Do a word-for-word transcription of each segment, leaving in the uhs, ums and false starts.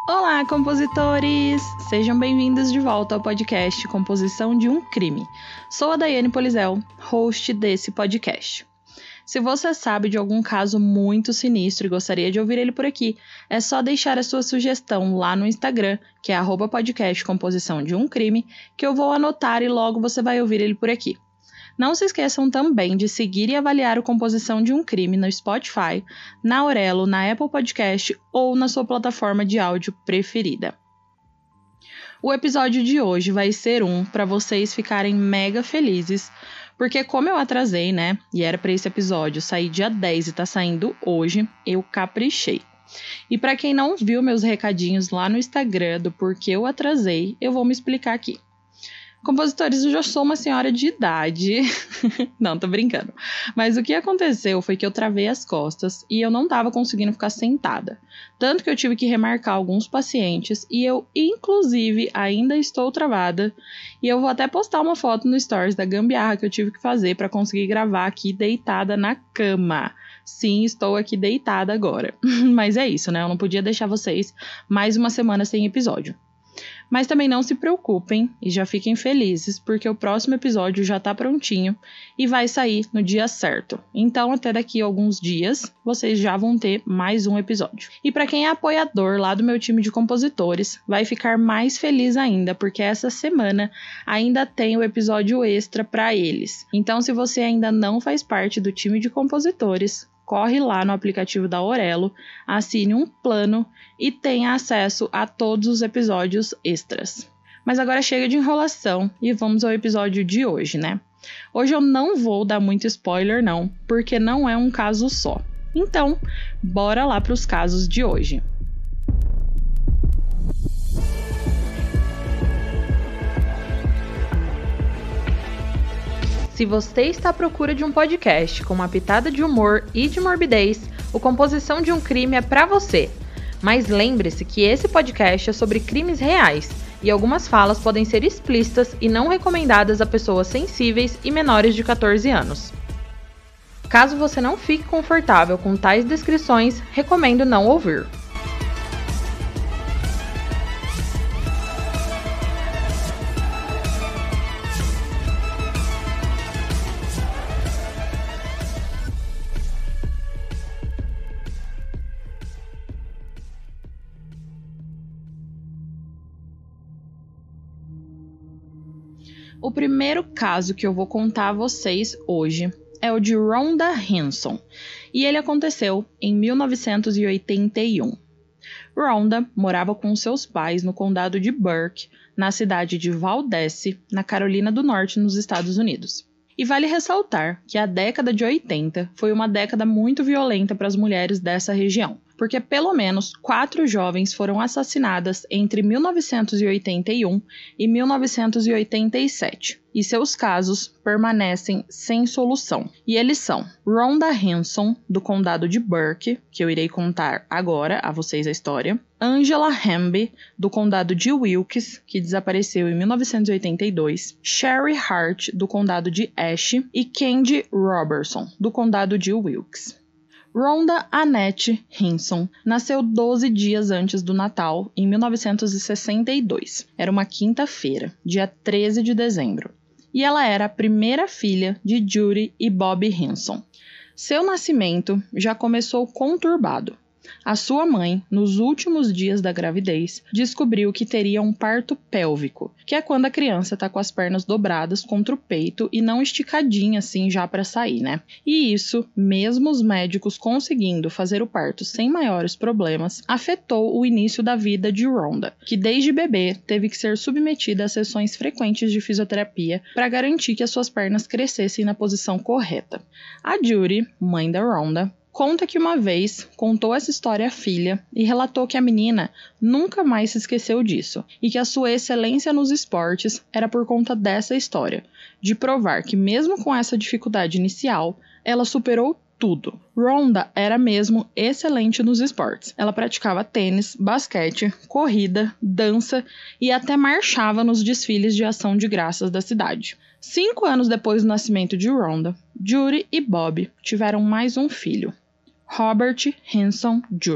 Olá, compositores! Sejam bem-vindos de volta ao podcast Composição de um Crime. Sou a Daiane Polizel, host desse podcast. Se você sabe de algum caso muito sinistro e gostaria de ouvir ele por aqui, é só deixar a sua sugestão lá no Instagram, que é arroba podcast Composição de um Crime, que eu vou anotar e logo você vai ouvir ele por aqui. Não se esqueçam também de seguir e avaliar o Composição de um Crime no Spotify, na Aurelo, na Apple Podcast ou na sua plataforma de áudio preferida. O episódio de hoje vai ser um para vocês ficarem mega felizes, porque como eu atrasei, né, e era para esse episódio sair dia dez e tá saindo hoje, eu caprichei. E para quem não viu meus recadinhos lá no Instagram do porquê eu atrasei, eu vou me explicar aqui. Compositores, eu já sou uma senhora de idade. Não, tô brincando. Mas o que aconteceu foi que eu travei as costas e eu não tava conseguindo ficar sentada. Tanto que eu tive que remarcar alguns pacientes e eu, inclusive, ainda estou travada. E eu vou até postar uma foto no Stories da gambiarra que eu tive que fazer para conseguir gravar aqui deitada na cama. Sim, estou aqui deitada agora. Mas é isso, né? Eu não podia deixar vocês mais uma semana sem episódio. Mas também não se preocupem e já fiquem felizes, porque o próximo episódio já tá prontinho e vai sair no dia certo. Então, até daqui a alguns dias, vocês já vão ter mais um episódio. E para quem é apoiador lá do meu time de compositores, vai ficar mais feliz ainda, porque essa semana ainda tem o episódio extra para eles. Então, se você ainda não faz parte do time de compositores, corre lá no aplicativo da Aurelo, assine um plano e tenha acesso a todos os episódios extras. Mas agora chega de enrolação e vamos ao episódio de hoje, né? Hoje eu não vou dar muito spoiler não, porque não é um caso só. Então, bora lá para os casos de hoje. Se você está à procura de um podcast com uma pitada de humor e de morbidez, o Composição de um Crime é para você. Mas lembre-se que esse podcast é sobre crimes reais e algumas falas podem ser explícitas e não recomendadas a pessoas sensíveis e menores de catorze anos. Caso você não fique confortável com tais descrições, recomendo não ouvir. O primeiro caso que eu vou contar a vocês hoje é o de Rhonda Hanson, e ele aconteceu em mil novecentos e oitenta e um. Rhonda morava com seus pais no condado de Burke, na cidade de Valdese, na Carolina do Norte, nos Estados Unidos. E vale ressaltar que a década de oitenta foi uma década muito violenta para as mulheres dessa região, porque pelo menos quatro jovens foram assassinadas entre mil novecentos e oitenta e um e mil novecentos e oitenta e sete, e seus casos permanecem sem solução. E eles são Rhonda Hanson, do condado de Burke, que eu irei contar agora a vocês a história, Angela Hamby, do condado de Wilkes, que desapareceu em mil novecentos e oitenta e dois, Sherry Hart, do condado de Ashe, e Candy Robertson, do condado de Wilkes. Rhonda Annette Hanson nasceu doze dias antes do Natal, em mil novecentos e sessenta e dois. Era uma quinta-feira, dia treze de dezembro. E ela era a primeira filha de Judy e Bob Hanson. Seu nascimento já começou conturbado. A sua mãe, nos últimos dias da gravidez, descobriu que teria um parto pélvico, que é quando a criança está com as pernas dobradas contra o peito e não esticadinha assim já para sair, né? E isso, mesmo os médicos conseguindo fazer o parto sem maiores problemas, afetou o início da vida de Rhonda, que desde bebê teve que ser submetida a sessões frequentes de fisioterapia para garantir que as suas pernas crescessem na posição correta. A Judy, mãe da Rhonda, conta que uma vez contou essa história à filha e relatou que a menina nunca mais se esqueceu disso e que a sua excelência nos esportes era por conta dessa história, de provar que mesmo com essa dificuldade inicial, ela superou tudo. Rhonda era mesmo excelente nos esportes. Ela praticava tênis, basquete, corrida, dança e até marchava nos desfiles de ação de graças da cidade. Cinco anos depois do nascimento de Rhonda, Judy e Bob tiveram mais um filho, Robert Hanson Júnior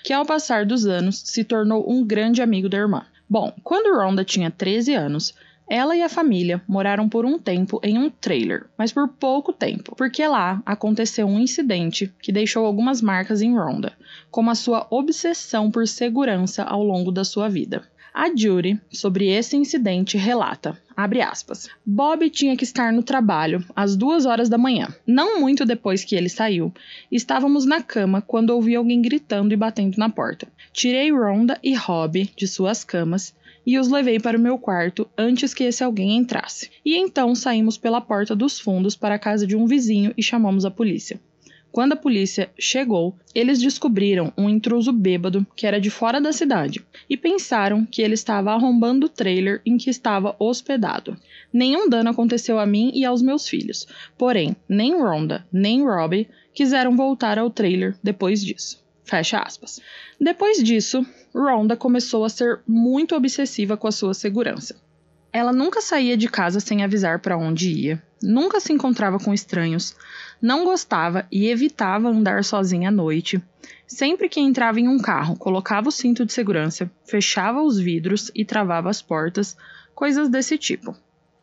que ao passar dos anos se tornou um grande amigo da irmã. Bom, quando Rhonda tinha treze anos, ela e a família moraram por um tempo em um trailer, mas por pouco tempo, porque lá aconteceu um incidente que deixou algumas marcas em Rhonda, como a sua obsessão por segurança ao longo da sua vida. A Judy, sobre esse incidente, relata, abre aspas, Bob tinha que estar no trabalho às duas horas da manhã. Não muito depois que ele saiu, estávamos na cama quando ouvi alguém gritando e batendo na porta. Tirei Rhonda e Rob de suas camas e os levei para o meu quarto antes que esse alguém entrasse. E então saímos pela porta dos fundos para a casa de um vizinho e chamamos a polícia. Quando a polícia chegou, eles descobriram um intruso bêbado que era de fora da cidade e pensaram que ele estava arrombando o trailer em que estava hospedado. Nenhum dano aconteceu a mim e aos meus filhos, porém, nem Rhonda nem Robbie quiseram voltar ao trailer depois disso. Fecha aspas. Depois disso, Rhonda começou a ser muito obsessiva com a sua segurança. Ela nunca saía de casa sem avisar para onde ia, nunca se encontrava com estranhos, não gostava e evitava andar sozinha à noite. Sempre que entrava em um carro, colocava o cinto de segurança, fechava os vidros e travava as portas, coisas desse tipo.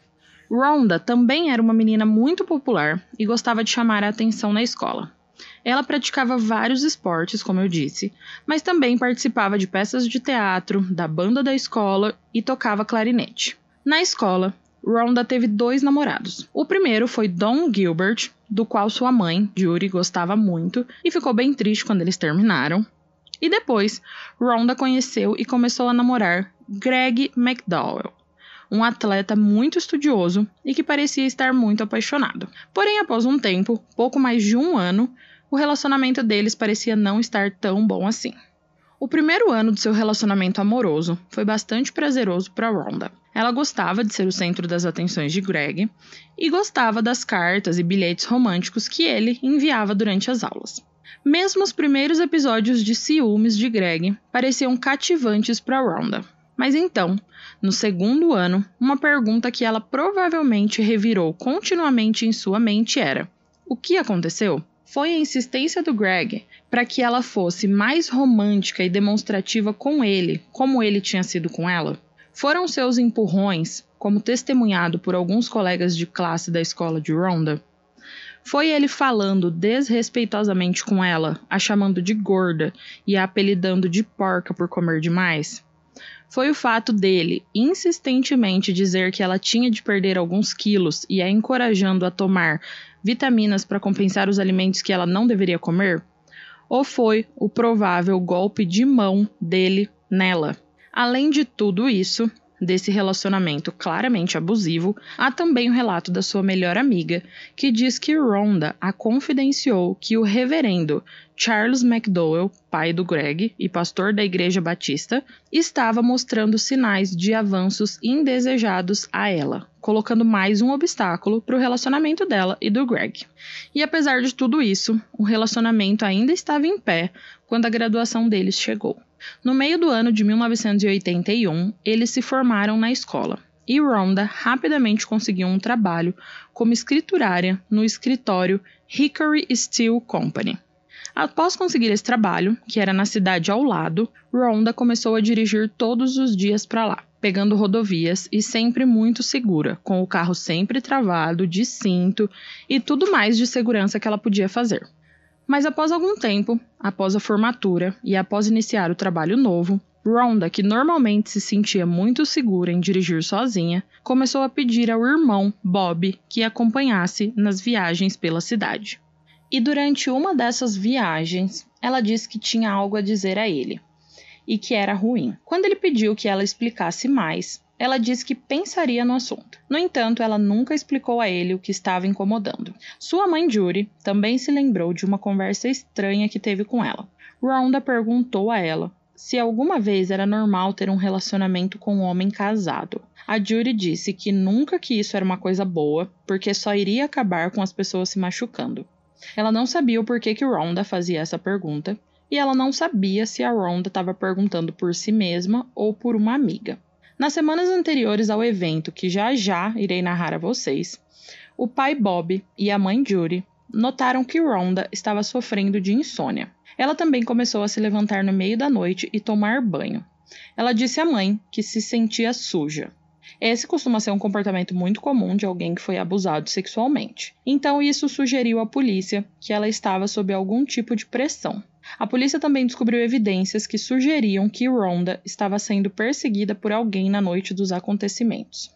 Rhonda também era uma menina muito popular e gostava de chamar a atenção na escola. Ela praticava vários esportes, como eu disse, mas também participava de peças de teatro, da banda da escola e tocava clarinete. Na escola, Rhonda teve dois namorados. O primeiro foi Don Gilbert, do qual sua mãe, Judy, gostava muito e ficou bem triste quando eles terminaram. E depois, Rhonda conheceu e começou a namorar Greg McDowell, um atleta muito estudioso e que parecia estar muito apaixonado. Porém, após um tempo, pouco mais de um ano, o relacionamento deles parecia não estar tão bom assim. O primeiro ano do seu relacionamento amoroso foi bastante prazeroso para Rhonda. Ela gostava de ser o centro das atenções de Greg e gostava das cartas e bilhetes românticos que ele enviava durante as aulas. Mesmo os primeiros episódios de ciúmes de Greg pareciam cativantes para Rhonda. Mas então, no segundo ano, uma pergunta que ela provavelmente revirou continuamente em sua mente era: o que aconteceu? Foi a insistência do Greg para que ela fosse mais romântica e demonstrativa com ele, como ele tinha sido com ela? Foram seus empurrões, como testemunhado por alguns colegas de classe da escola de Rhonda? Foi ele falando desrespeitosamente com ela, a chamando de gorda e a apelidando de porca por comer demais? Foi o fato dele insistentemente dizer que ela tinha de perder alguns quilos e a encorajando a tomar vitaminas para compensar os alimentos que ela não deveria comer? Ou foi o provável golpe de mão dele nela? Além de tudo isso, desse relacionamento claramente abusivo, há também o relato da sua melhor amiga, que diz que Rhonda a confidenciou que o reverendo Charles McDowell, pai do Greg e pastor da Igreja Batista, estava mostrando sinais de avanços indesejados a ela, colocando mais um obstáculo para o relacionamento dela e do Greg. E apesar de tudo isso, o relacionamento ainda estava em pé quando a graduação deles chegou. No meio do ano de mil novecentos e oitenta e um, eles se formaram na escola, e Rhonda rapidamente conseguiu um trabalho como escriturária no escritório Hickory Steel Company. Após conseguir esse trabalho, que era na cidade ao lado, Rhonda começou a dirigir todos os dias para lá, pegando rodovias e sempre muito segura, com o carro sempre travado, de cinto e tudo mais de segurança que ela podia fazer. Mas após algum tempo, após a formatura e após iniciar o trabalho novo, Rhonda, que normalmente se sentia muito segura em dirigir sozinha, começou a pedir ao irmão, Bob, que a acompanhasse nas viagens pela cidade. E durante uma dessas viagens, ela disse que tinha algo a dizer a ele, e que era ruim. Quando ele pediu que ela explicasse mais, ela disse que pensaria no assunto. No entanto, ela nunca explicou a ele o que estava incomodando. Sua mãe Judy também se lembrou de uma conversa estranha que teve com ela. Rhonda perguntou a ela se alguma vez era normal ter um relacionamento com um homem casado. A Judy disse que nunca que isso era uma coisa boa, porque só iria acabar com as pessoas se machucando. Ela não sabia o porquê que Rhonda fazia essa pergunta, e ela não sabia se a Rhonda estava perguntando por si mesma ou por uma amiga. Nas semanas anteriores ao evento, que já já irei narrar a vocês, o pai Bob e a mãe Judy notaram que Rhonda estava sofrendo de insônia. Ela também começou a se levantar no meio da noite e tomar banho. Ela disse à mãe que se sentia suja. Esse costuma ser um comportamento muito comum de alguém que foi abusado sexualmente. Então isso sugeriu à polícia que ela estava sob algum tipo de pressão. A polícia também descobriu evidências que sugeriam que Rhonda estava sendo perseguida por alguém na noite dos acontecimentos.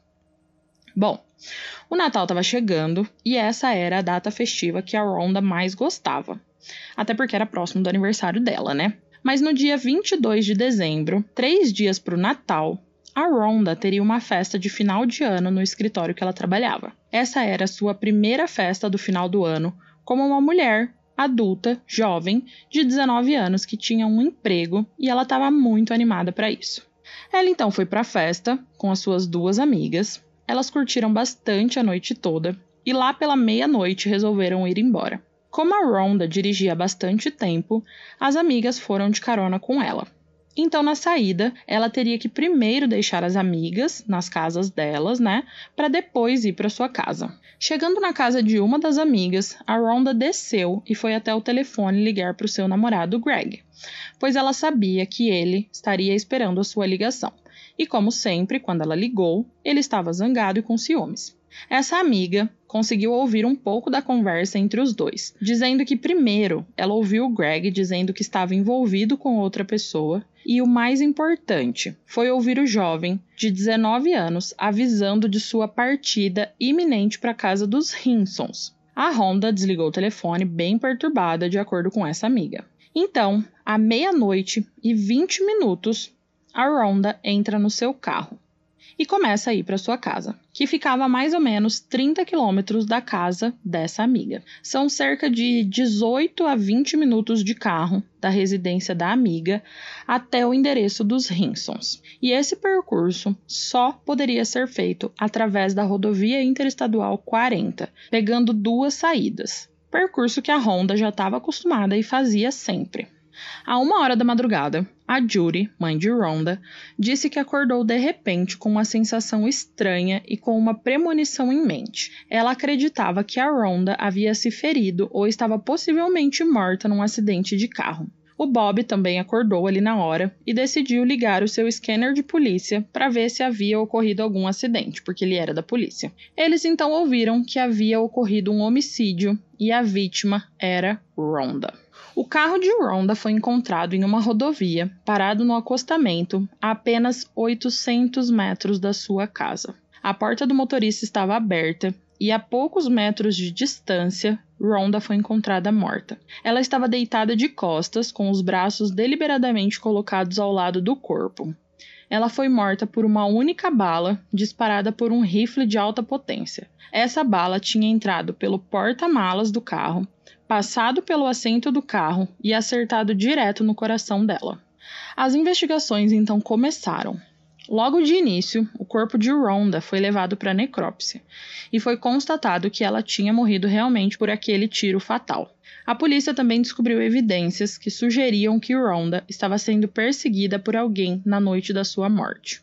Bom, o Natal estava chegando e essa era a data festiva que a Rhonda mais gostava. Até porque era próximo do aniversário dela, né? Mas no dia vinte e dois de dezembro, três dias para o Natal, a Rhonda teria uma festa de final de ano no escritório que ela trabalhava. Essa era a sua primeira festa do final do ano como uma mulher adulta, jovem, de dezenove anos que tinha um emprego e ela estava muito animada para isso. Ela então foi para a festa com as suas duas amigas. Elas curtiram bastante a noite toda e lá pela meia-noite resolveram ir embora. Como a Rhonda dirigia há bastante tempo, as amigas foram de carona com ela. Então, na saída, ela teria que primeiro deixar as amigas nas casas delas, né, para depois ir para sua casa. Chegando na casa de uma das amigas, a Rhonda desceu e foi até o telefone ligar para o seu namorado Greg, pois ela sabia que ele estaria esperando a sua ligação. E como sempre, quando ela ligou, ele estava zangado e com ciúmes. Essa amiga conseguiu ouvir um pouco da conversa entre os dois, dizendo que primeiro ela ouviu o Greg dizendo que estava envolvido com outra pessoa e o mais importante foi ouvir o jovem de dezenove anos avisando de sua partida iminente para a casa dos Hinsons. A Rhonda desligou o telefone bem perturbada de acordo com essa amiga. Então, à meia-noite e vinte minutos, a Rhonda entra no seu carro e começa a ir para sua casa, que ficava a mais ou menos trinta quilômetros da casa dessa amiga. São cerca de dezoito a vinte minutos de carro da residência da amiga até o endereço dos Hinsons. E esse percurso só poderia ser feito através da rodovia interestadual quarenta, pegando duas saídas, percurso que a Rhonda já estava acostumada e fazia sempre. A uma hora da madrugada, a Judy, mãe de Rhonda, disse que acordou de repente com uma sensação estranha e com uma premonição em mente. Ela acreditava que a Rhonda havia se ferido ou estava possivelmente morta num acidente de carro. O Bob também acordou ali na hora e decidiu ligar o seu scanner de polícia para ver se havia ocorrido algum acidente, porque ele era da polícia. Eles então ouviram que havia ocorrido um homicídio e a vítima era Rhonda. O carro de Rhonda foi encontrado em uma rodovia, parado no acostamento, a apenas oitocentos metros da sua casa. A porta do motorista estava aberta e a poucos metros de distância, Rhonda foi encontrada morta. Ela estava deitada de costas, com os braços deliberadamente colocados ao lado do corpo. Ela foi morta por uma única bala, disparada por um rifle de alta potência. Essa bala tinha entrado pelo porta-malas do carro, passado pelo assento do carro e acertado direto no coração dela. As investigações então começaram. Logo de início, o corpo de Rhonda foi levado para a necrópsia e foi constatado que ela tinha morrido realmente por aquele tiro fatal. A polícia também descobriu evidências que sugeriam que Rhonda estava sendo perseguida por alguém na noite da sua morte.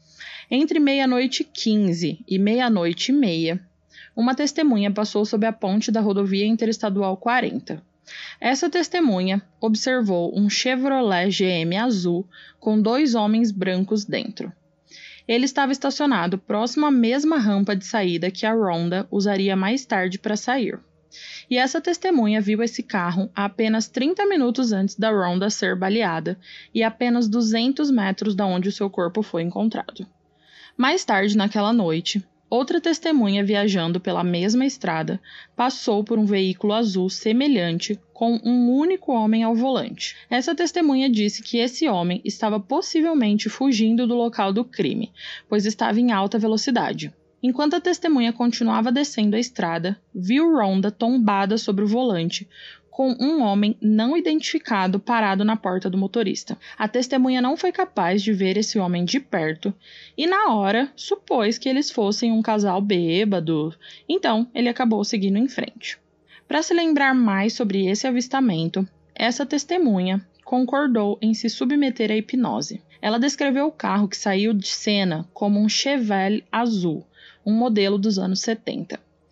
Entre meia-noite e quinze e meia-noite e meia, uma testemunha passou sob a ponte da rodovia interestadual quarenta. Essa testemunha observou um Chevrolet G M azul com dois homens brancos dentro. Ele estava estacionado próximo à mesma rampa de saída que a Rhonda usaria mais tarde para sair. E essa testemunha viu esse carro a apenas trinta minutos antes da Rhonda ser baleada e a apenas duzentos metros da onde o seu corpo foi encontrado. Mais tarde naquela noite, outra testemunha viajando pela mesma estrada passou por um veículo azul semelhante com um único homem ao volante. Essa testemunha disse que esse homem estava possivelmente fugindo do local do crime, pois estava em alta velocidade. Enquanto a testemunha continuava descendo a estrada, viu Rhonda tombada sobre o volante, com um homem não identificado parado na porta do motorista. A testemunha não foi capaz de ver esse homem de perto e, na hora, supôs que eles fossem um casal bêbado, então ele acabou seguindo em frente. Para se lembrar mais sobre esse avistamento, essa testemunha concordou em se submeter à hipnose. Ela descreveu o carro que saiu de cena como um Chevelle azul, um modelo dos anos setenta.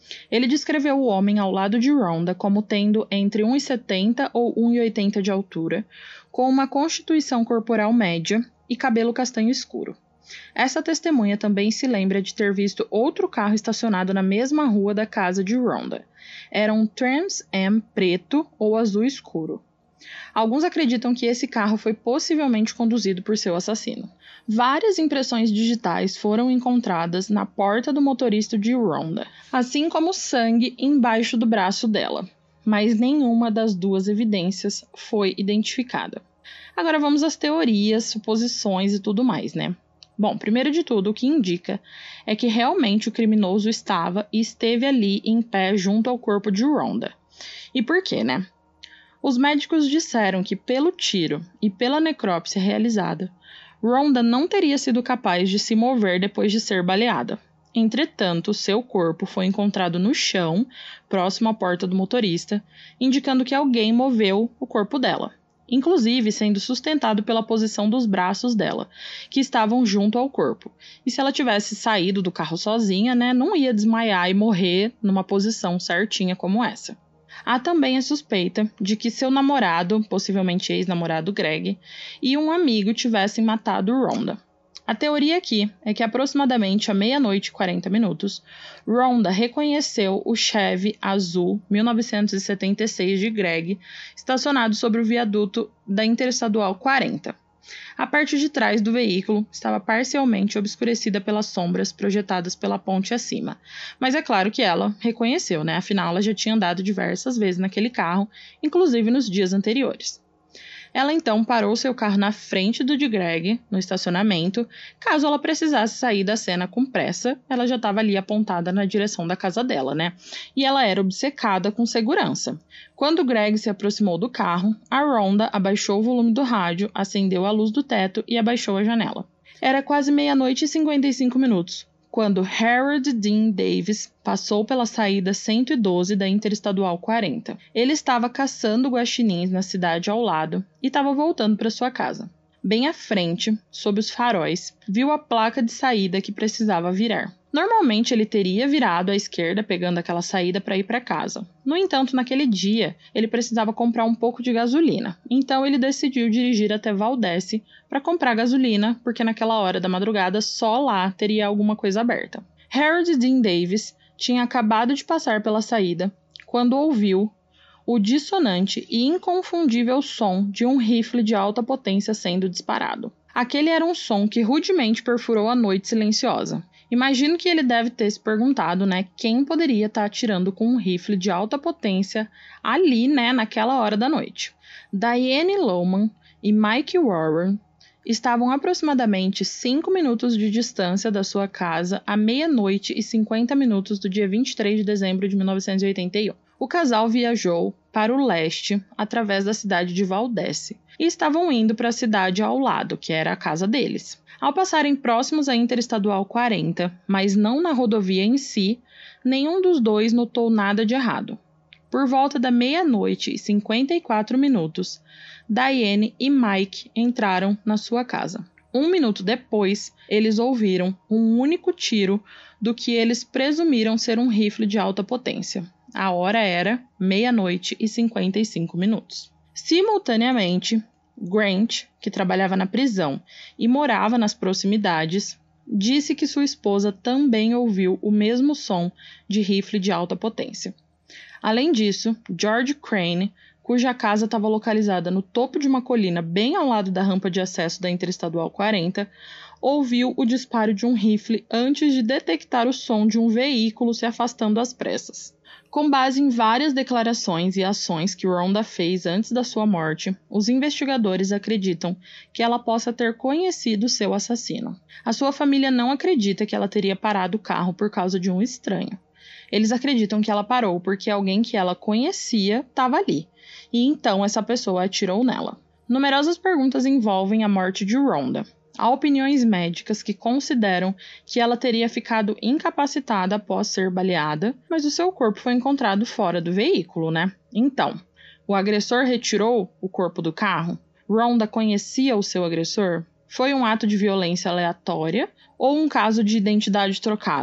Ele descreveu o homem ao lado de Rhonda como tendo entre um metro e setenta ou um metro e oitenta de altura, com uma constituição corporal média e cabelo castanho escuro. Essa testemunha também se lembra de ter visto outro carro estacionado na mesma rua da casa de Rhonda. Era um Trans Am preto ou azul escuro. Alguns acreditam que esse carro foi possivelmente conduzido por seu assassino. Várias impressões digitais foram encontradas na porta do motorista de Rhonda, assim como sangue embaixo do braço dela, mas nenhuma das duas evidências foi identificada. Agora vamos às teorias, suposições e tudo mais, né? Bom, primeiro de tudo, o que indica é que realmente o criminoso estava e esteve ali em pé junto ao corpo de Rhonda. E por quê, né? Os médicos disseram que pelo tiro e pela necrópsia realizada, Rhonda não teria sido capaz de se mover depois de ser baleada. Entretanto, seu corpo foi encontrado no chão, próximo à porta do motorista, indicando que alguém moveu o corpo dela, inclusive sendo sustentado pela posição dos braços dela, que estavam junto ao corpo. E se ela tivesse saído do carro sozinha, né, não ia desmaiar e morrer numa posição certinha como essa. Há também a suspeita de que seu namorado, possivelmente ex-namorado Greg, e um amigo tivessem matado Rhonda. A teoria aqui é que aproximadamente à meia-noite e quarenta minutos, Rhonda reconheceu o Chevy azul mil novecentos e setenta e seis de Greg estacionado sobre o viaduto da Interestadual quarenta. A parte de trás do veículo estava parcialmente obscurecida pelas sombras projetadas pela ponte acima. Mas é claro que ela reconheceu, né? Afinal, ela já tinha andado diversas vezes naquele carro, inclusive nos dias anteriores. Ela então parou seu carro na frente do de Greg, no estacionamento. Caso ela precisasse sair da cena com pressa, ela já estava ali apontada na direção da casa dela, né? E ela era obcecada com segurança. Quando Greg se aproximou do carro, a Rhonda abaixou o volume do rádio, acendeu a luz do teto e abaixou a janela. Era quase meia-noite e cinquenta e cinco minutos, quando Harold Dean Davis passou pela saída cento e doze da Interestadual quarenta. Ele estava caçando guaxinins na cidade ao lado e estava voltando para sua casa. Bem à frente, sob os faróis, viu a placa de saída que precisava virar. Normalmente ele teria virado à esquerda pegando aquela saída para ir para casa. No entanto, naquele dia, ele precisava comprar um pouco de gasolina. Então ele decidiu dirigir até Valdece para comprar gasolina, porque naquela hora da madrugada só lá teria alguma coisa aberta. Harold Dean Davis tinha acabado de passar pela saída quando ouviu o dissonante e inconfundível som de um rifle de alta potência sendo disparado. Aquele era um som que rudemente perfurou a noite silenciosa. Imagino que ele deve ter se perguntado, né, quem poderia estar atirando com um rifle de alta potência ali, né, naquela hora da noite. Diane Lohman e Mike Warren estavam aproximadamente cinco minutos de distância da sua casa à meia-noite e cinquenta minutos do dia vinte e três de dezembro de mil novecentos e oitenta e um. O casal viajou para o leste através da cidade de Valdece e estavam indo para a cidade ao lado, que era a casa deles. Ao passarem próximos à Interestadual quarenta, mas não na rodovia em si, nenhum dos dois notou nada de errado. Por volta da meia-noite e cinquenta e quatro minutos, Diane e Mike entraram na sua casa. Um minuto depois, eles ouviram um único tiro do que eles presumiram ser um rifle de alta potência. A hora era meia-noite e cinquenta e cinco minutos. Simultaneamente, Grant, que trabalhava na prisão e morava nas proximidades, disse que sua esposa também ouviu o mesmo som de rifle de alta potência. Além disso, George Crane, cuja casa estava localizada no topo de uma colina bem ao lado da rampa de acesso da Interestadual quarenta, ouviu o disparo de um rifle antes de detectar o som de um veículo se afastando às pressas. Com base em várias declarações e ações que Rhonda fez antes da sua morte, os investigadores acreditam que ela possa ter conhecido seu assassino. A sua família não acredita que ela teria parado o carro por causa de um estranho. Eles acreditam que ela parou porque alguém que ela conhecia estava ali, e então essa pessoa atirou nela. Numerosas perguntas envolvem a morte de Rhonda. Há opiniões médicas que consideram que ela teria ficado incapacitada após ser baleada, mas o seu corpo foi encontrado fora do veículo, né? Então, o agressor retirou o corpo do carro? Rhonda conhecia o seu agressor? Foi um ato de violência aleatória ou um caso de identidade trocada?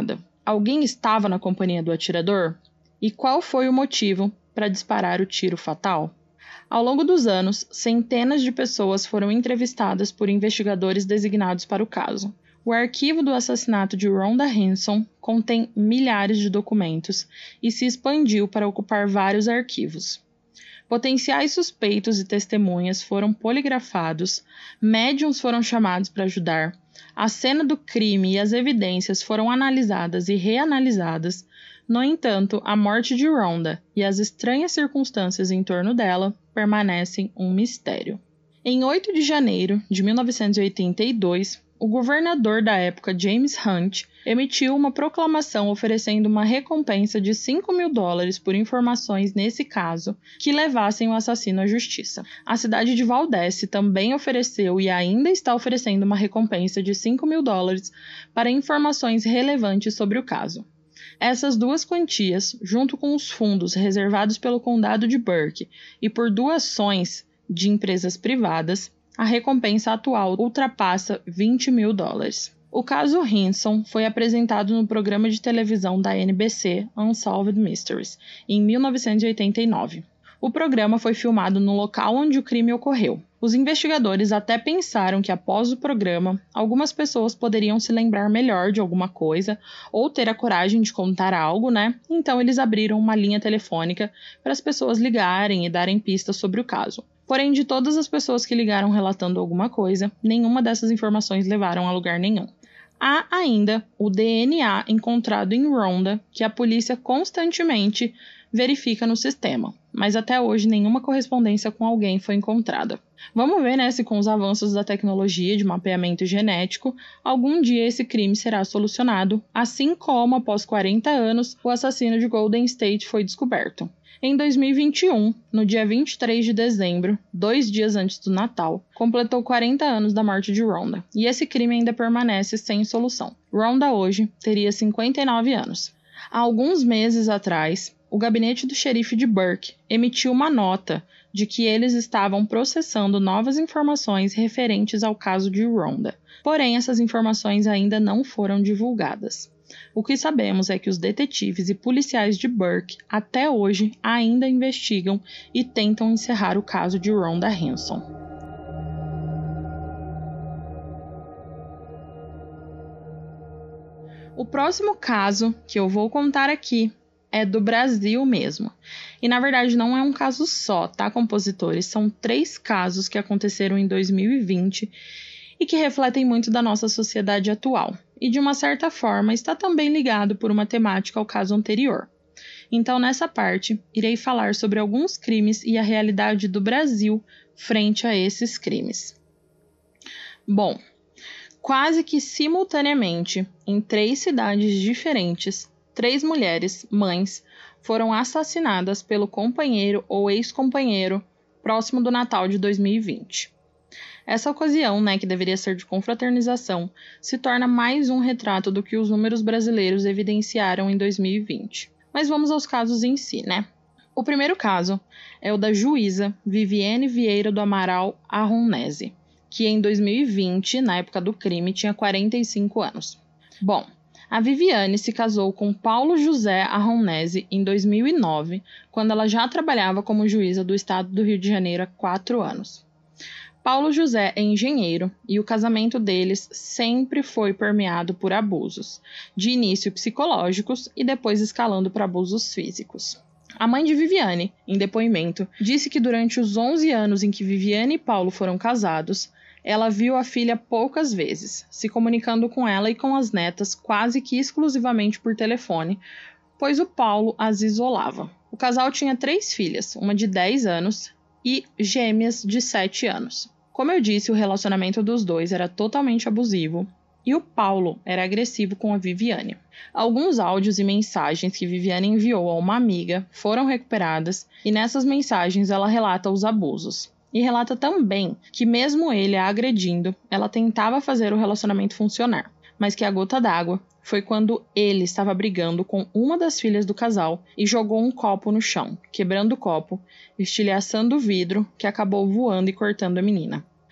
Alguém estava na companhia do atirador? E qual foi o motivo para disparar o tiro fatal? Ao longo dos anos, centenas de pessoas foram entrevistadas por investigadores designados para o caso. O arquivo do assassinato de Rhonda Hanson contém milhares de documentos e se expandiu para ocupar vários arquivos. Potenciais suspeitos e testemunhas foram poligrafados, médiums foram chamados para ajudar, a cena do crime e as evidências foram analisadas e reanalisadas. No entanto, a morte de Rhonda e as estranhas circunstâncias em torno dela permanecem um mistério. Em oito de janeiro de mil novecentos e oitenta e dois, o governador da época, James Hunt, emitiu uma proclamação oferecendo uma recompensa de cinco mil dólares por informações nesse caso que levassem o assassino à justiça. A cidade de Valdez também ofereceu e ainda está oferecendo uma recompensa de cinco mil dólares para informações relevantes sobre o caso. Essas duas quantias, junto com os fundos reservados pelo condado de Burke e por doações de empresas privadas, a recompensa atual ultrapassa vinte mil dólares. O caso Hanson foi apresentado no programa de televisão da N B C Unsolved Mysteries, em mil novecentos e oitenta e nove. O programa foi filmado no local onde o crime ocorreu. Os investigadores até pensaram que após o programa, algumas pessoas poderiam se lembrar melhor de alguma coisa ou ter a coragem de contar algo, né? Então eles abriram uma linha telefônica para as pessoas ligarem e darem pistas sobre o caso. Porém, de todas as pessoas que ligaram relatando alguma coisa, nenhuma dessas informações levaram a lugar nenhum. Há ainda o D N A encontrado em Rhonda, que a polícia constantemente verifica no sistema, mas até hoje nenhuma correspondência com alguém foi encontrada. Vamos ver, né, se com os avanços da tecnologia de mapeamento genético, algum dia esse crime será solucionado, assim como, após quarenta anos, o assassino de Golden State foi descoberto. Em dois mil e vinte e um, no dia vinte e três de dezembro, dois dias antes do Natal, completou quarenta anos da morte de Rhonda, e esse crime ainda permanece sem solução. Rhonda hoje teria cinquenta e nove anos. Há alguns meses atrás, o gabinete do xerife de Burke emitiu uma nota de que eles estavam processando novas informações referentes ao caso de Rhonda. Porém, essas informações ainda não foram divulgadas. O que sabemos é que os detetives e policiais de Burke até hoje ainda investigam e tentam encerrar o caso de Rhonda Hanson. O próximo caso que eu vou contar aqui é do Brasil mesmo. E na verdade não é um caso só, tá, compositores? São três casos que aconteceram em dois mil e vinte e que refletem muito da nossa sociedade atual. E de uma certa forma está também ligado por uma temática ao caso anterior. Então nessa parte, irei falar sobre alguns crimes e a realidade do Brasil frente a esses crimes. Bom, quase que simultaneamente, em três cidades diferentes, três mulheres, mães, foram assassinadas pelo companheiro ou ex-companheiro próximo do Natal de dois mil e vinte. Essa ocasião, né, que deveria ser de confraternização, se torna mais um retrato do que os números brasileiros evidenciaram em dois mil e vinte. Mas vamos aos casos em si, né? O primeiro caso é o da juíza Viviane Vieira do Amaral Arronese, que em dois mil e vinte, na época do crime, tinha quarenta e cinco anos. Bom, a Viviane se casou com Paulo José Arronese em dois mil e nove, quando ela já trabalhava como juíza do estado do Rio de Janeiro há quatro anos. Paulo José é engenheiro e o casamento deles sempre foi permeado por abusos, de início psicológicos e depois escalando para abusos físicos. A mãe de Viviane, em depoimento, disse que durante os onze anos em que Viviane e Paulo foram casados, ela viu a filha poucas vezes, se comunicando com ela e com as netas quase que exclusivamente por telefone, pois o Paulo as isolava. O casal tinha três filhas, uma de dez anos e gêmeas de sete anos. Como eu disse, o relacionamento dos dois era totalmente abusivo e o Paulo era agressivo com a Viviane. Alguns áudios e mensagens que Viviane enviou a uma amiga foram recuperadas e nessas mensagens ela relata os abusos. E relata também que mesmo ele a agredindo, ela tentava fazer o relacionamento funcionar, mas que a gota d'água foi quando ele estava brigando com uma das filhas do casal e jogou um copo no chão, quebrando o copo, estilhaçando o vidro, que acabou voando e cortando a menina.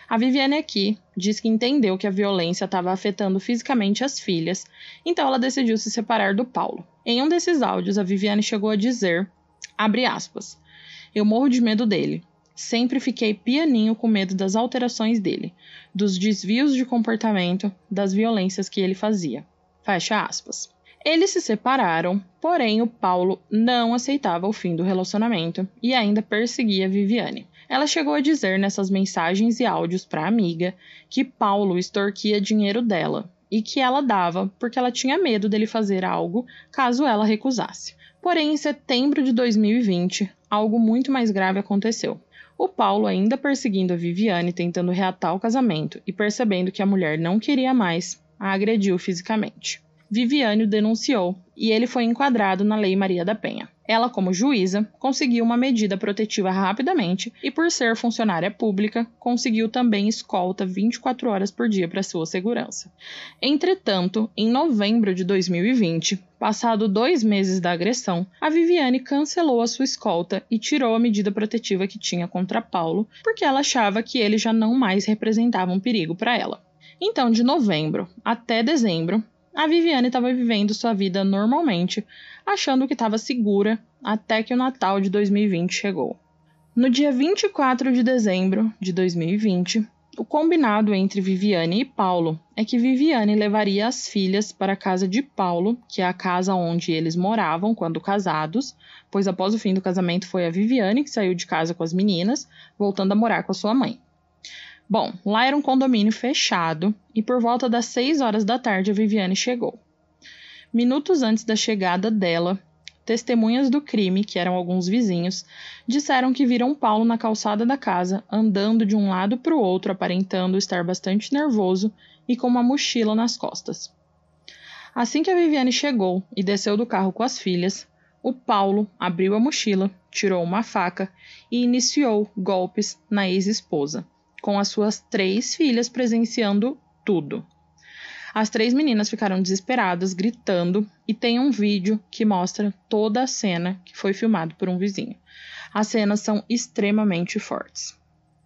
A Viviane aqui diz que entendeu que a violência estava afetando fisicamente as filhas, então ela decidiu se separar do Paulo. Em um desses áudios, a Viviane chegou a dizer, abre aspas, eu morro de medo dele. Sempre fiquei pianinho com medo das alterações dele, dos desvios de comportamento, das violências que ele fazia. Fecha aspas. Eles se separaram, porém o Paulo não aceitava o fim do relacionamento e ainda perseguia Viviane. Ela chegou a dizer nessas mensagens e áudios para a amiga que Paulo extorquia dinheiro dela e que ela dava porque ela tinha medo dele fazer algo caso ela recusasse. Porém, em setembro de dois mil e vinte, algo muito mais grave aconteceu. O Paulo, ainda perseguindo a Viviane, tentando reatar o casamento e percebendo que a mulher não queria mais, a agrediu fisicamente. Viviane o denunciou e ele foi enquadrado na Lei Maria da Penha. Ela, como juíza, conseguiu uma medida protetiva rapidamente e, por ser funcionária pública, conseguiu também escolta vinte e quatro horas por dia para sua segurança. Entretanto, em novembro de dois mil e vinte, passado dois meses da agressão, a Viviane cancelou a sua escolta e tirou a medida protetiva que tinha contra Paulo, porque ela achava que ele já não mais representava um perigo para ela. Então, de novembro até dezembro, a Viviane estava vivendo sua vida normalmente, achando que estava segura, até que o Natal de dois mil e vinte chegou. No dia vinte e quatro de dezembro de dois mil e vinte, o combinado entre Viviane e Paulo é que Viviane levaria as filhas para a casa de Paulo, que é a casa onde eles moravam quando casados, pois após o fim do casamento foi a Viviane que saiu de casa com as meninas, voltando a morar com a sua mãe. Bom, lá era um condomínio fechado e por volta das seis horas da tarde a Viviane chegou. Minutos antes da chegada dela, testemunhas do crime, que eram alguns vizinhos, disseram que viram Paulo na calçada da casa, andando de um lado para o outro, aparentando estar bastante nervoso e com uma mochila nas costas. Assim que a Viviane chegou e desceu do carro com as filhas, o Paulo abriu a mochila, tirou uma faca e iniciou golpes na ex-esposa, com as suas três filhas presenciando tudo. As três meninas ficaram desesperadas, gritando, e tem um vídeo que mostra toda a cena que foi filmado por um vizinho. As cenas são extremamente fortes.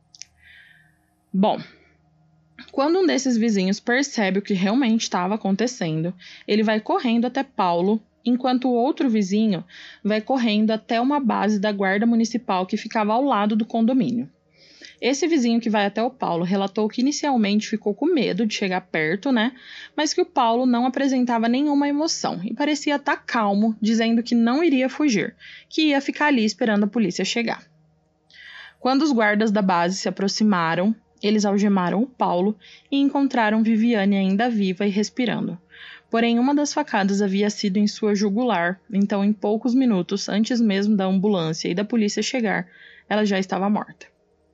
Bom, quando um desses vizinhos percebe o que realmente estava acontecendo, ele vai correndo até Paulo, enquanto o outro vizinho vai correndo até uma base da guarda municipal que ficava ao lado do condomínio. Esse vizinho que vai até o Paulo relatou que inicialmente ficou com medo de chegar perto, né? Mas que o Paulo não apresentava nenhuma emoção e parecia estar calmo, dizendo que não iria fugir, que ia ficar ali esperando a polícia chegar. Quando os guardas da base se aproximaram, eles algemaram o Paulo e encontraram Viviane ainda viva e respirando. Porém, uma das facadas havia sido em sua jugular, então em poucos minutos, antes mesmo da ambulância e da polícia chegar, ela já estava morta.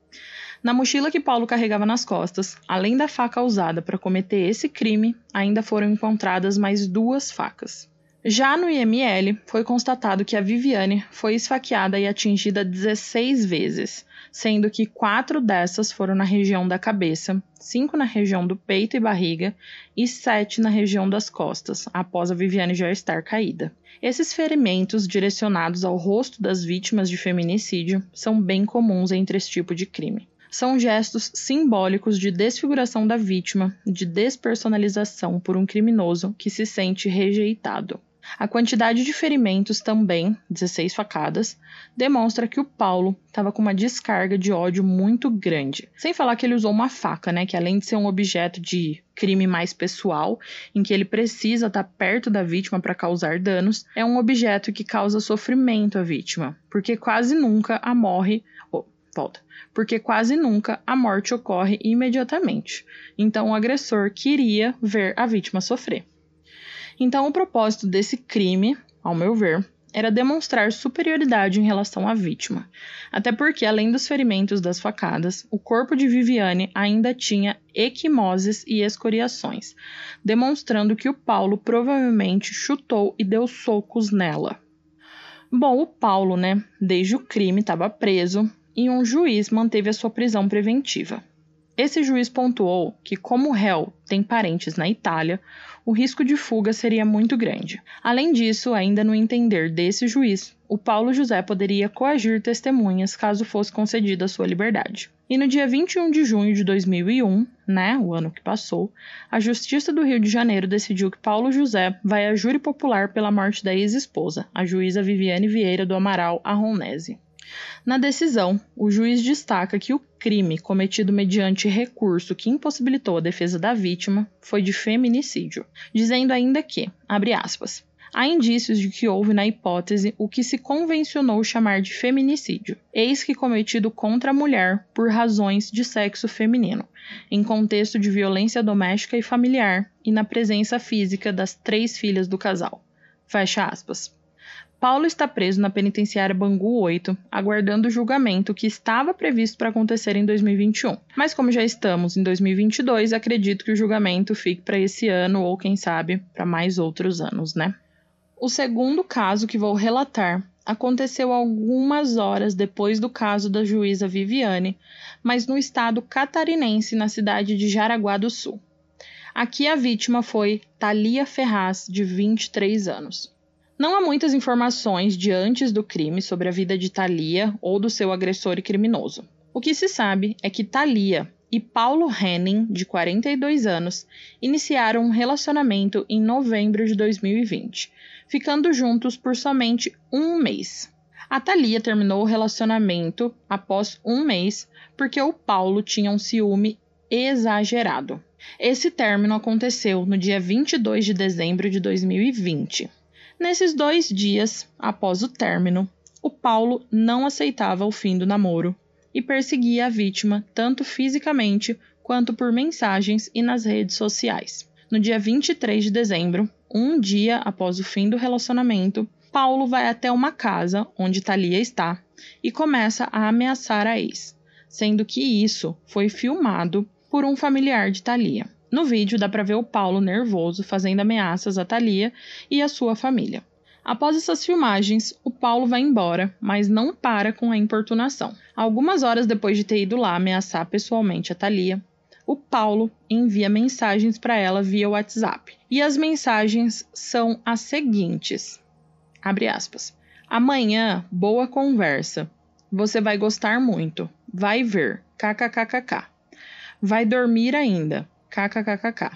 Na mochila que Paulo carregava nas costas, além da faca usada para cometer esse crime, ainda foram encontradas mais duas facas. Já no I M L, foi constatado que a Viviane foi esfaqueada e atingida dezesseis vezes, sendo que quatro dessas foram na região da cabeça, cinco na região do peito e barriga e sete na região das costas, após a Viviane já estar caída. Esses ferimentos direcionados ao rosto das vítimas de feminicídio são bem comuns entre esse tipo de crime. São gestos simbólicos de desfiguração da vítima, de despersonalização por um criminoso que se sente rejeitado. A quantidade de ferimentos também, dezesseis facadas, demonstra que o Paulo estava com uma descarga de ódio muito grande. Sem falar que ele usou uma faca, né, que além de ser um objeto de crime mais pessoal, em que ele precisa estar perto da vítima para causar danos, é um objeto que causa sofrimento à vítima, porque quase nunca a morre... Oh, volta. Porque quase nunca a morte ocorre imediatamente. Então o agressor queria ver a vítima sofrer. Então o propósito desse crime, ao meu ver, era demonstrar superioridade em relação à vítima. Até porque, além dos ferimentos das facadas, o corpo de Viviane ainda tinha equimoses e escoriações, demonstrando que o Paulo provavelmente chutou e deu socos nela. Bom, o Paulo, né, desde o crime estava preso, e um juiz manteve a sua prisão preventiva. Esse juiz pontuou que, como o réu tem parentes na Itália, o risco de fuga seria muito grande. Além disso, ainda no entender desse juiz, o Paulo José poderia coagir testemunhas caso fosse concedida a sua liberdade. E no dia vinte e um de junho de dois mil e um, né, o ano que passou, a Justiça do Rio de Janeiro decidiu que Paulo José vai a júri popular pela morte da ex-esposa, a juíza Viviane Vieira do Amaral Arronese. Na decisão, o juiz destaca que o crime cometido mediante recurso que impossibilitou a defesa da vítima foi de feminicídio, dizendo ainda que, abre aspas, há indícios de que houve na hipótese o que se convencionou chamar de feminicídio, eis que cometido contra a mulher por razões de sexo feminino, em contexto de violência doméstica e familiar e na presença física das três filhas do casal. Fecha aspas. Paulo está preso na penitenciária Bangu oito, aguardando o julgamento que estava previsto para acontecer em dois mil e vinte e um. Mas como já estamos em dois mil e vinte e dois, acredito que o julgamento fique para esse ano ou, quem sabe, para mais outros anos, né? O segundo caso que vou relatar aconteceu algumas horas depois do caso da juíza Viviane, mas no estado catarinense, na cidade de Jaraguá do Sul. Aqui a vítima foi Thalia Ferraz, de vinte e três anos. Não há muitas informações de antes do crime sobre a vida de Thalia ou do seu agressor e criminoso. O que se sabe é que Thalia e Paulo Henning, de quarenta e dois anos, iniciaram um relacionamento em novembro de dois mil e vinte, ficando juntos por somente um mês. A Thalia terminou o relacionamento após um mês porque o Paulo tinha um ciúme exagerado. Esse término aconteceu no dia vinte e dois de dezembro de dois mil e vinte. Nesses dois dias, após o término, o Paulo não aceitava o fim do namoro e perseguia a vítima tanto fisicamente quanto por mensagens e nas redes sociais. No dia vinte e três de dezembro, um dia após o fim do relacionamento, Paulo vai até uma casa onde Thalia está e começa a ameaçar a ex, sendo que isso foi filmado por um familiar de Thalia. No vídeo dá para ver o Paulo nervoso fazendo ameaças a Thalia e a sua família. Após essas filmagens, o Paulo vai embora, mas não para com a importunação. Algumas horas depois de ter ido lá ameaçar pessoalmente a Thalia, o Paulo envia mensagens para ela via WhatsApp. E as mensagens são as seguintes. Abre aspas. Amanhã, boa conversa. Você vai gostar muito. Vai ver. Kkkk. Vai dormir ainda. Kkkk.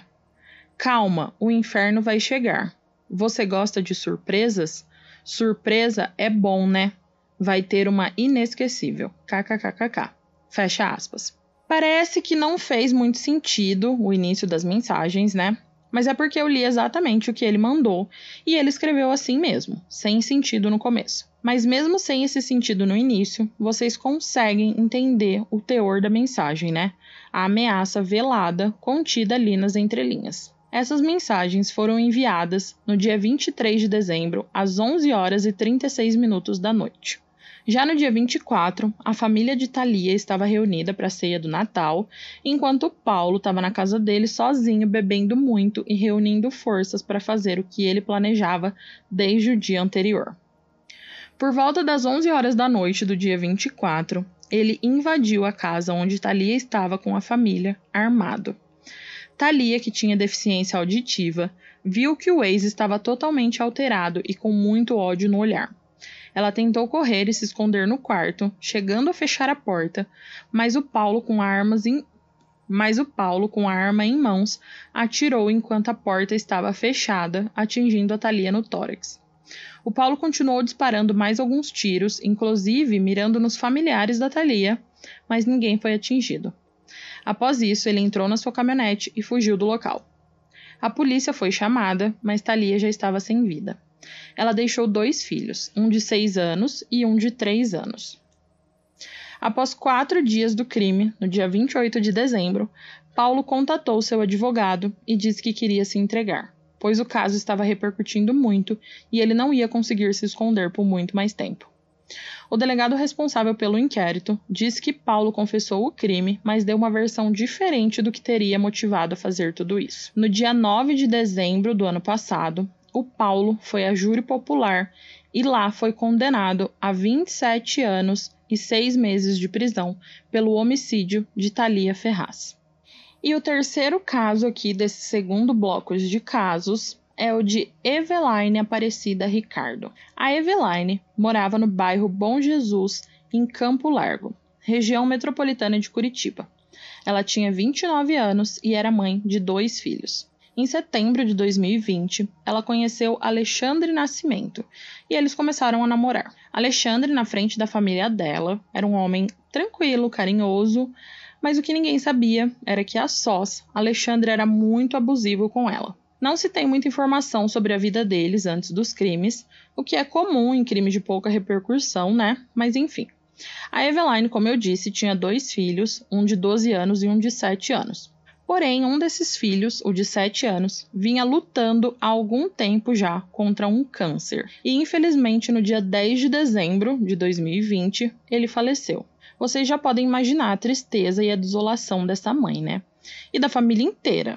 Calma, o inferno vai chegar. Você gosta de surpresas? Surpresa é bom, né? Vai ter uma inesquecível. Kkkk. Fecha aspas. Parece que não fez muito sentido o início das mensagens, né? Mas é porque eu li exatamente o que ele mandou e ele escreveu assim mesmo, sem sentido no começo. Mas mesmo sem esse sentido no início, vocês conseguem entender o teor da mensagem, né? A ameaça velada contida ali nas entrelinhas. Essas mensagens foram enviadas no dia vinte e três de dezembro, às onze horas e trinta e seis minutos da noite. Já no dia vinte e quatro, a família de Thalia estava reunida para a ceia do Natal, enquanto Paulo estava na casa dele sozinho, bebendo muito e reunindo forças para fazer o que ele planejava desde o dia anterior. Por volta das onze horas da noite do dia vinte e quatro, ele invadiu a casa onde Thalia estava com a família, armado. Thalia, que tinha deficiência auditiva, viu que o ex estava totalmente alterado e com muito ódio no olhar. Ela tentou correr e se esconder no quarto, chegando a fechar a porta, mas o Paulo, com armas em... mas o Paulo, com a arma em mãos, atirou enquanto a porta estava fechada, atingindo a Thalia no tórax. O Paulo continuou disparando mais alguns tiros, inclusive mirando nos familiares da Thalia, mas ninguém foi atingido. Após isso, ele entrou na sua caminhonete e fugiu do local. A polícia foi chamada, mas Thalia já estava sem vida. Ela deixou dois filhos, um de seis anos e um de três anos. Após quatro dias do crime, no dia vinte e oito de dezembro, Paulo contatou seu advogado e disse que queria se entregar, pois o caso estava repercutindo muito e ele não ia conseguir se esconder por muito mais tempo. O delegado responsável pelo inquérito disse que Paulo confessou o crime, mas deu uma versão diferente do que teria motivado a fazer tudo isso. No dia nove de dezembro do ano passado, o Paulo foi a júri popular e lá foi condenado a vinte e sete anos e seis meses de prisão pelo homicídio de Thalia Ferraz. E o terceiro caso aqui desse segundo bloco de casos é o de Eveline Aparecida Ricardo. A Eveline morava no bairro Bom Jesus, em Campo Largo. região metropolitana de Curitiba. Ela tinha vinte e nove anos e era mãe de dois filhos. Em setembro de dois mil e vinte, ela conheceu Alexandre Nascimento e eles começaram a namorar. Alexandre, na frente da família dela, era um homem tranquilo, carinhoso, mas o que ninguém sabia era que a sós, Alexandre era muito abusivo com ela. Não se tem muita informação sobre a vida deles antes dos crimes, o que é comum em crimes de pouca repercussão, né? Mas enfim. A Eveline, como eu disse, tinha dois filhos, um de doze anos e um de sete anos. Porém, um desses filhos, o de sete anos, vinha lutando há algum tempo já contra um câncer. E infelizmente, no dia dez de dezembro de dois mil e vinte, ele faleceu. Vocês já podem imaginar a tristeza e a desolação dessa mãe, né? E da família inteira.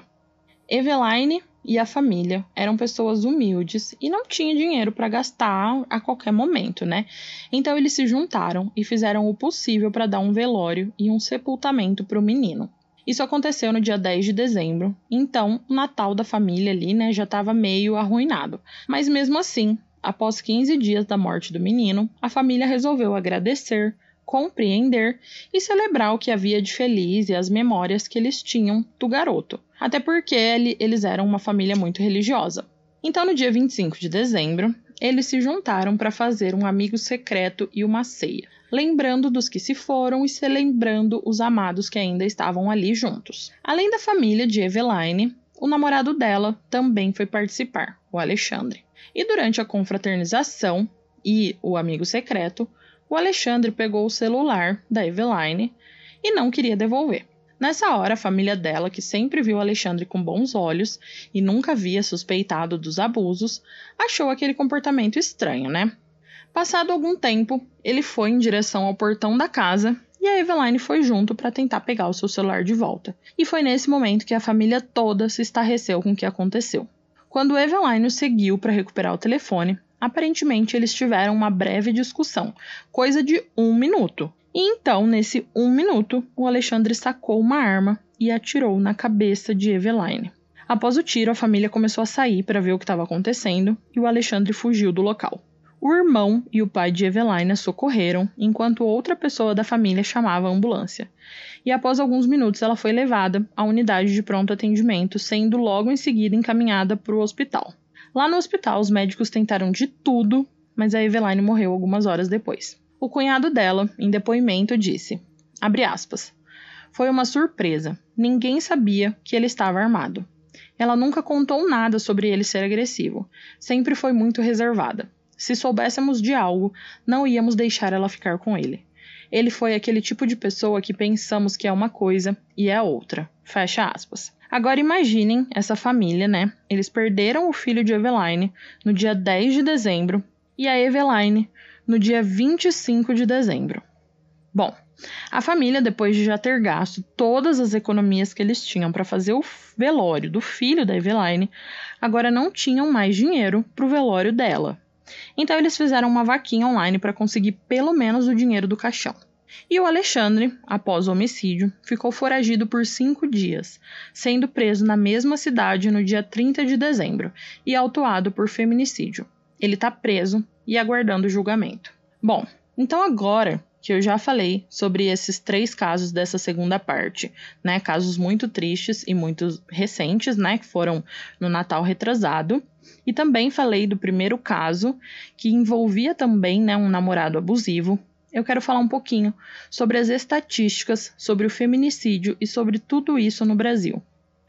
Eveline e a família eram pessoas humildes e não tinham dinheiro para gastar a qualquer momento, né? Então eles se juntaram e fizeram o possível para dar um velório e um sepultamento para o menino. Isso aconteceu no dia dez de dezembro, então o Natal da família ali, né, já estava meio arruinado. Mas mesmo assim, após quinze dias da morte do menino, a família resolveu agradecer, compreender e celebrar o que havia de feliz e as memórias que eles tinham do garoto. Até porque ele, eles eram uma família muito religiosa. Então, no dia vinte e cinco de dezembro, eles se juntaram para fazer um amigo secreto e uma ceia, lembrando dos que se foram e celebrando os amados que ainda estavam ali juntos. Além da família de Eveline, o namorado dela também foi participar, o Alexandre. E durante a confraternização e o amigo secreto, o Alexandre pegou o celular da Eveline e não queria devolver. Nessa hora, a família dela, que sempre viu Alexandre com bons olhos e nunca havia suspeitado dos abusos, achou aquele comportamento estranho, né? Passado algum tempo, ele foi em direção ao portão da casa e a Eveline foi junto para tentar pegar o seu celular de volta. E foi nesse momento que a família toda se estarreceu com o que aconteceu. Quando Eveline o seguiu para recuperar o telefone, aparentemente eles tiveram uma breve discussão, coisa de um minuto. E então, nesse um minuto, o Alexandre sacou uma arma e atirou na cabeça de Eveline. Após o tiro, a família começou a sair para ver o que estava acontecendo e o Alexandre fugiu do local. O irmão e o pai de Eveline a socorreram, enquanto outra pessoa da família chamava a ambulância. E após alguns minutos, ela foi levada à unidade de pronto atendimento, sendo logo em seguida encaminhada para o hospital. Lá no hospital, os médicos tentaram de tudo, mas a Eveline morreu algumas horas depois. O cunhado dela, em depoimento, disse, abre aspas, foi uma surpresa, ninguém sabia que ele estava armado. Ela nunca contou nada sobre ele ser agressivo, sempre foi muito reservada. Se soubéssemos de algo, não íamos deixar ela ficar com ele. Ele foi aquele tipo de pessoa que pensamos que é uma coisa e é outra. Fecha aspas. Agora imaginem essa família, né? Eles perderam o filho de Eveline no dia dez de dezembro e a Eveline no dia vinte e cinco de dezembro. Bom, a família, depois de já ter gasto todas as economias que eles tinham para fazer o velório do filho da Eveline, agora não tinham mais dinheiro para o velório dela. Então eles fizeram uma vaquinha online para conseguir pelo menos o dinheiro do caixão. E o Alexandre, após o homicídio, ficou foragido por cinco dias, sendo preso na mesma cidade no dia trinta de dezembro e autuado por feminicídio. Ele está preso e aguardando julgamento. Bom, então agora que eu já falei sobre esses três casos dessa segunda parte, né, casos muito tristes e muito recentes, né, que foram no Natal retrasado, e também falei do primeiro caso, que envolvia também, né, um namorado abusivo, eu quero falar um pouquinho sobre as estatísticas sobre o feminicídio e sobre tudo isso no Brasil.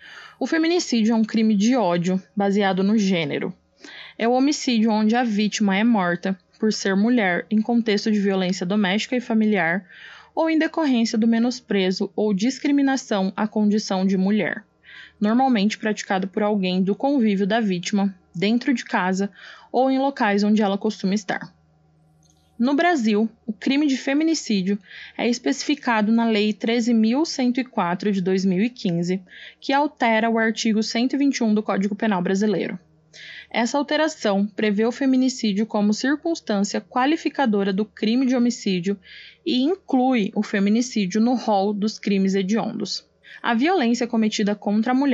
O feminicídio é um crime de ódio baseado no gênero. É o homicídio onde a vítima é morta por ser mulher em contexto de violência doméstica e familiar ou em decorrência do menosprezo ou discriminação à condição de mulher, normalmente praticado por alguém do convívio da vítima, dentro de casa ou em locais onde ela costuma estar. No Brasil, o crime de feminicídio é especificado na Lei treze mil cento e quatro de dois mil e quinze, que altera o artigo cento e vinte e um do Código Penal brasileiro. Essa alteração prevê o feminicídio como circunstância qualificadora do crime de homicídio e inclui o feminicídio no rol dos crimes hediondos. A violência cometida contra a mulher,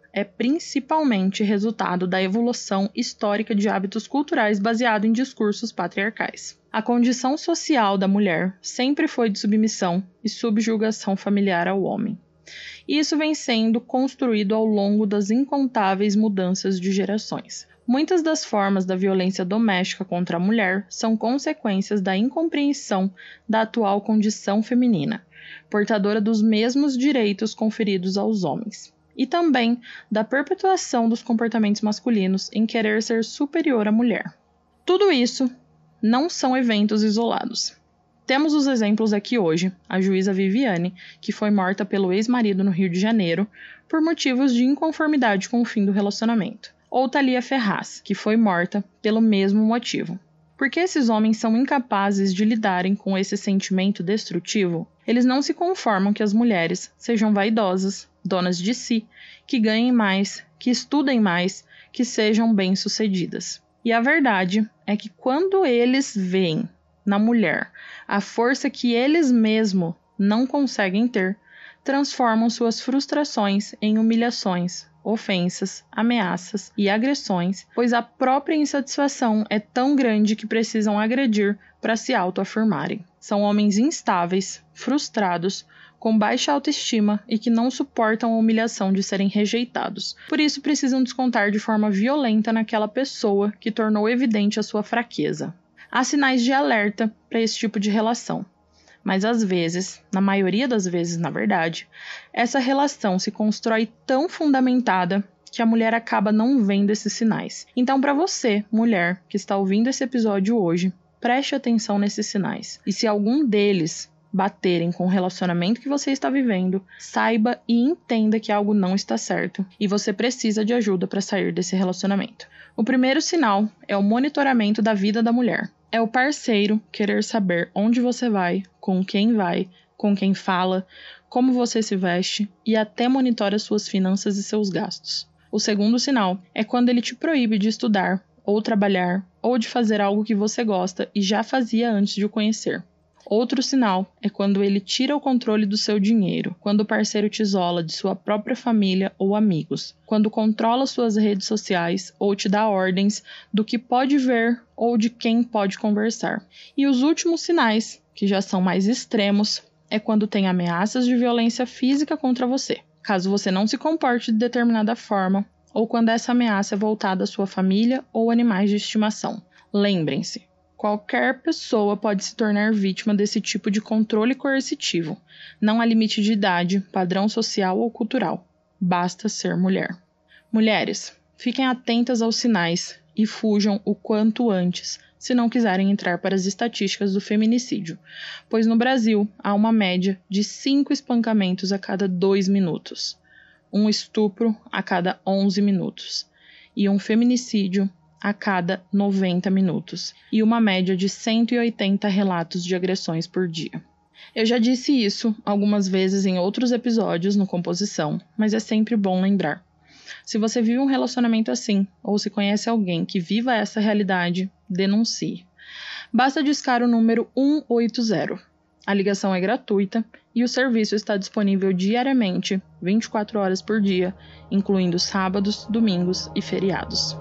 é principalmente resultado da evolução histórica de hábitos culturais baseado em discursos patriarcais. A condição social da mulher sempre foi de submissão e subjugação familiar ao homem. E isso vem sendo construído ao longo das incontáveis mudanças de gerações. Muitas das formas da violência doméstica contra a mulher são consequências da incompreensão da atual condição feminina, portadora dos mesmos direitos conferidos aos homens, e também da perpetuação dos comportamentos masculinos em querer ser superior à mulher. Tudo isso não são eventos isolados. Temos os exemplos aqui hoje, a juíza Viviane, que foi morta pelo ex-marido no Rio de Janeiro por motivos de inconformidade com o fim do relacionamento, ou Thalia Ferraz, que foi morta pelo mesmo motivo. Porque esses homens são incapazes de lidarem com esse sentimento destrutivo, eles não se conformam que as mulheres sejam vaidosas, donas de si, que ganhem mais, que estudem mais, que sejam bem-sucedidas. E a verdade é que quando eles veem na mulher a força que eles mesmos não conseguem ter, transformam suas frustrações em humilhações, ofensas, ameaças e agressões, pois a própria insatisfação é tão grande que precisam agredir para se autoafirmarem. São homens instáveis, frustrados, com baixa autoestima e que não suportam a humilhação de serem rejeitados. Por isso precisam descontar de forma violenta naquela pessoa que tornou evidente a sua fraqueza. Há sinais de alerta para esse tipo de relação. Mas às vezes, na maioria das vezes na verdade, essa relação se constrói tão fundamentada que a mulher acaba não vendo esses sinais. Então, para você, mulher, que está ouvindo esse episódio hoje, preste atenção nesses sinais. E se algum deles baterem com o relacionamento que você está vivendo, saiba e entenda que algo não está certo e você precisa de ajuda para sair desse relacionamento. O primeiro sinal é o monitoramento da vida da mulher. É o parceiro querer saber onde você vai, com quem vai, com quem fala, como você se veste e até monitora suas finanças e seus gastos. O segundo sinal é quando ele te proíbe de estudar, ou trabalhar, ou de fazer algo que você gosta e já fazia antes de o conhecer. Outro sinal é quando ele tira o controle do seu dinheiro, quando o parceiro te isola de sua própria família ou amigos, quando controla suas redes sociais ou te dá ordens do que pode ver ou de quem pode conversar. E os últimos sinais, que já são mais extremos, é quando tem ameaças de violência física contra você, caso você não se comporte de determinada forma, ou quando essa ameaça é voltada à sua família ou animais de estimação. Lembrem-se, qualquer pessoa pode se tornar vítima desse tipo de controle coercitivo. Não há limite de idade, padrão social ou cultural. Basta ser mulher. Mulheres, fiquem atentas aos sinais e fujam o quanto antes, se não quiserem entrar para as estatísticas do feminicídio, pois no Brasil há uma média de cinco espancamentos a cada dois minutos, um estupro a cada onze minutos e um feminicídio a cada noventa minutos, e uma média de cento e oitenta relatos de agressões por dia. Eu já disse isso algumas vezes em outros episódios no Composição, mas é sempre bom lembrar. Se você vive um relacionamento assim, ou se conhece alguém que viva essa realidade, denuncie. Basta discar o número um oito zero. A ligação é gratuita e o serviço está disponível diariamente, vinte e quatro horas por dia, incluindo sábados, domingos e feriados.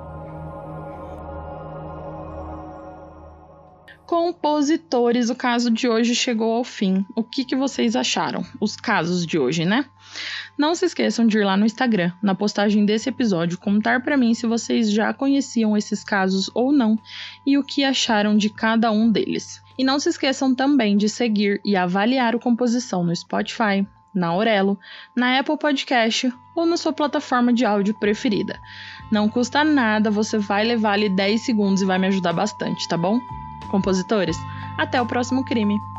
Compositores, o caso de hoje chegou ao fim. O que, que vocês acharam? Os casos de hoje, né? Não se esqueçam de ir lá no Instagram, na postagem desse episódio, contar pra mim se vocês já conheciam esses casos ou não e o que acharam de cada um deles. E não se esqueçam também de seguir e avaliar o Composição no Spotify, na Aurelo, na Apple Podcast ou na sua plataforma de áudio preferida. Não custa nada, você vai levar ali dez segundos e vai me ajudar bastante, tá bom? Compositores, até o próximo crime!